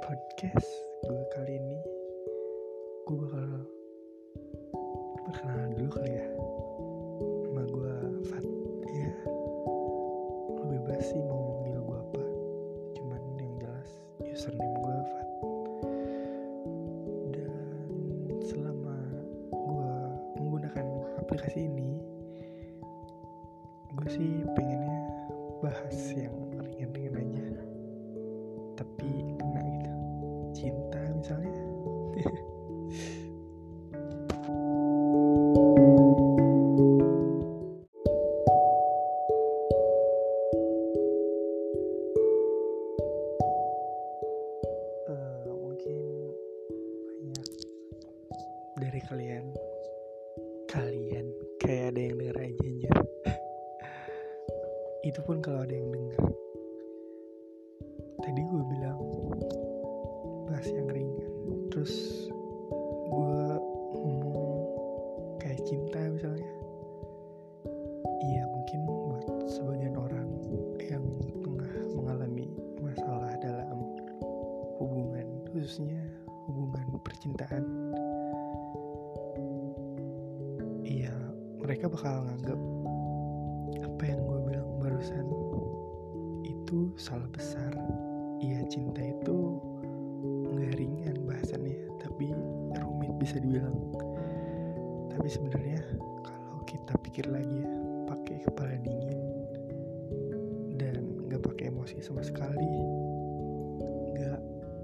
podcast gue kali ini gue bakal perkenalan dulu kali ya. Nama gue Fat. Ya, lo bebas sih mau manggil gue apa, cuman yang jelas username gue Fat. Dan selama gue menggunakan aplikasi ini, gue sih pengennya bahas yang ringan-ringan aja, tapi kena gitu, cinta misalnya. Mungkin banyak dari kalian kayak ada yang denger aja anjir. Itu pun kalau ada yang denger. Tadi gue bilang bahas yang ringan, terus gue ngomong kayak cinta misalnya. Iya, mungkin buat sebagian orang yang tengah mengalami masalah dalam hubungan, khususnya hubungan percintaan, iya, mereka bakal nganggap apa yang gue bilang barusan itu salah besar. Iya, cinta itu nggak ringan bahasannya, tapi rumit bisa dibilang. Tapi sebenarnya kalau kita pikir lagi ya, pakai kepala dingin dan nggak pakai emosi sama sekali, nggak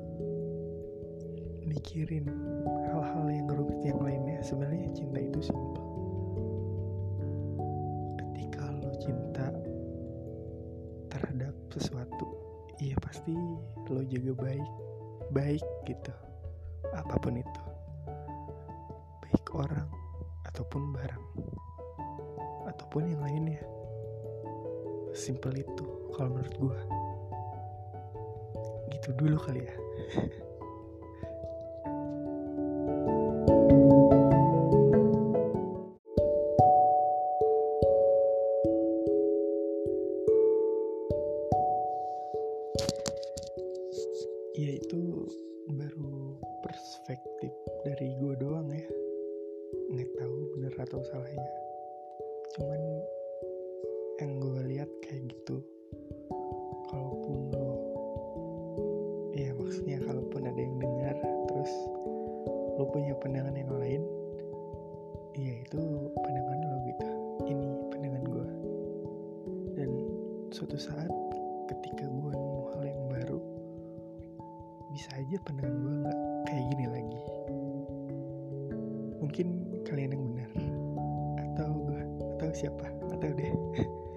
mikirin hal-hal yang rumit yang lainnya, sebenarnya cinta itu simpel. Ketika lo cinta terhadap sesuatu, iya pasti lo jaga baik gitu, apapun itu, baik orang ataupun barang ataupun yang lainnya. Simpel itu kalau menurut gue. Gitu dulu kali ya. Ya itu baru perspektif dari gue doang ya, nggak tahu bener atau salahnya. Cuman yang gue lihat kayak gitu. Kalaupun lo, ya maksudnya kalaupun ada yang dengar terus lo punya pandangan yang lain, ya itu pandangan lo gitu, ini pandangan gue. Dan suatu saat ketika gue nemu hal yang baru, bisa aja pandangan gue gak kayak gini lagi. Mungkin kalian yang benar, atau gue, atau siapa, atau deh.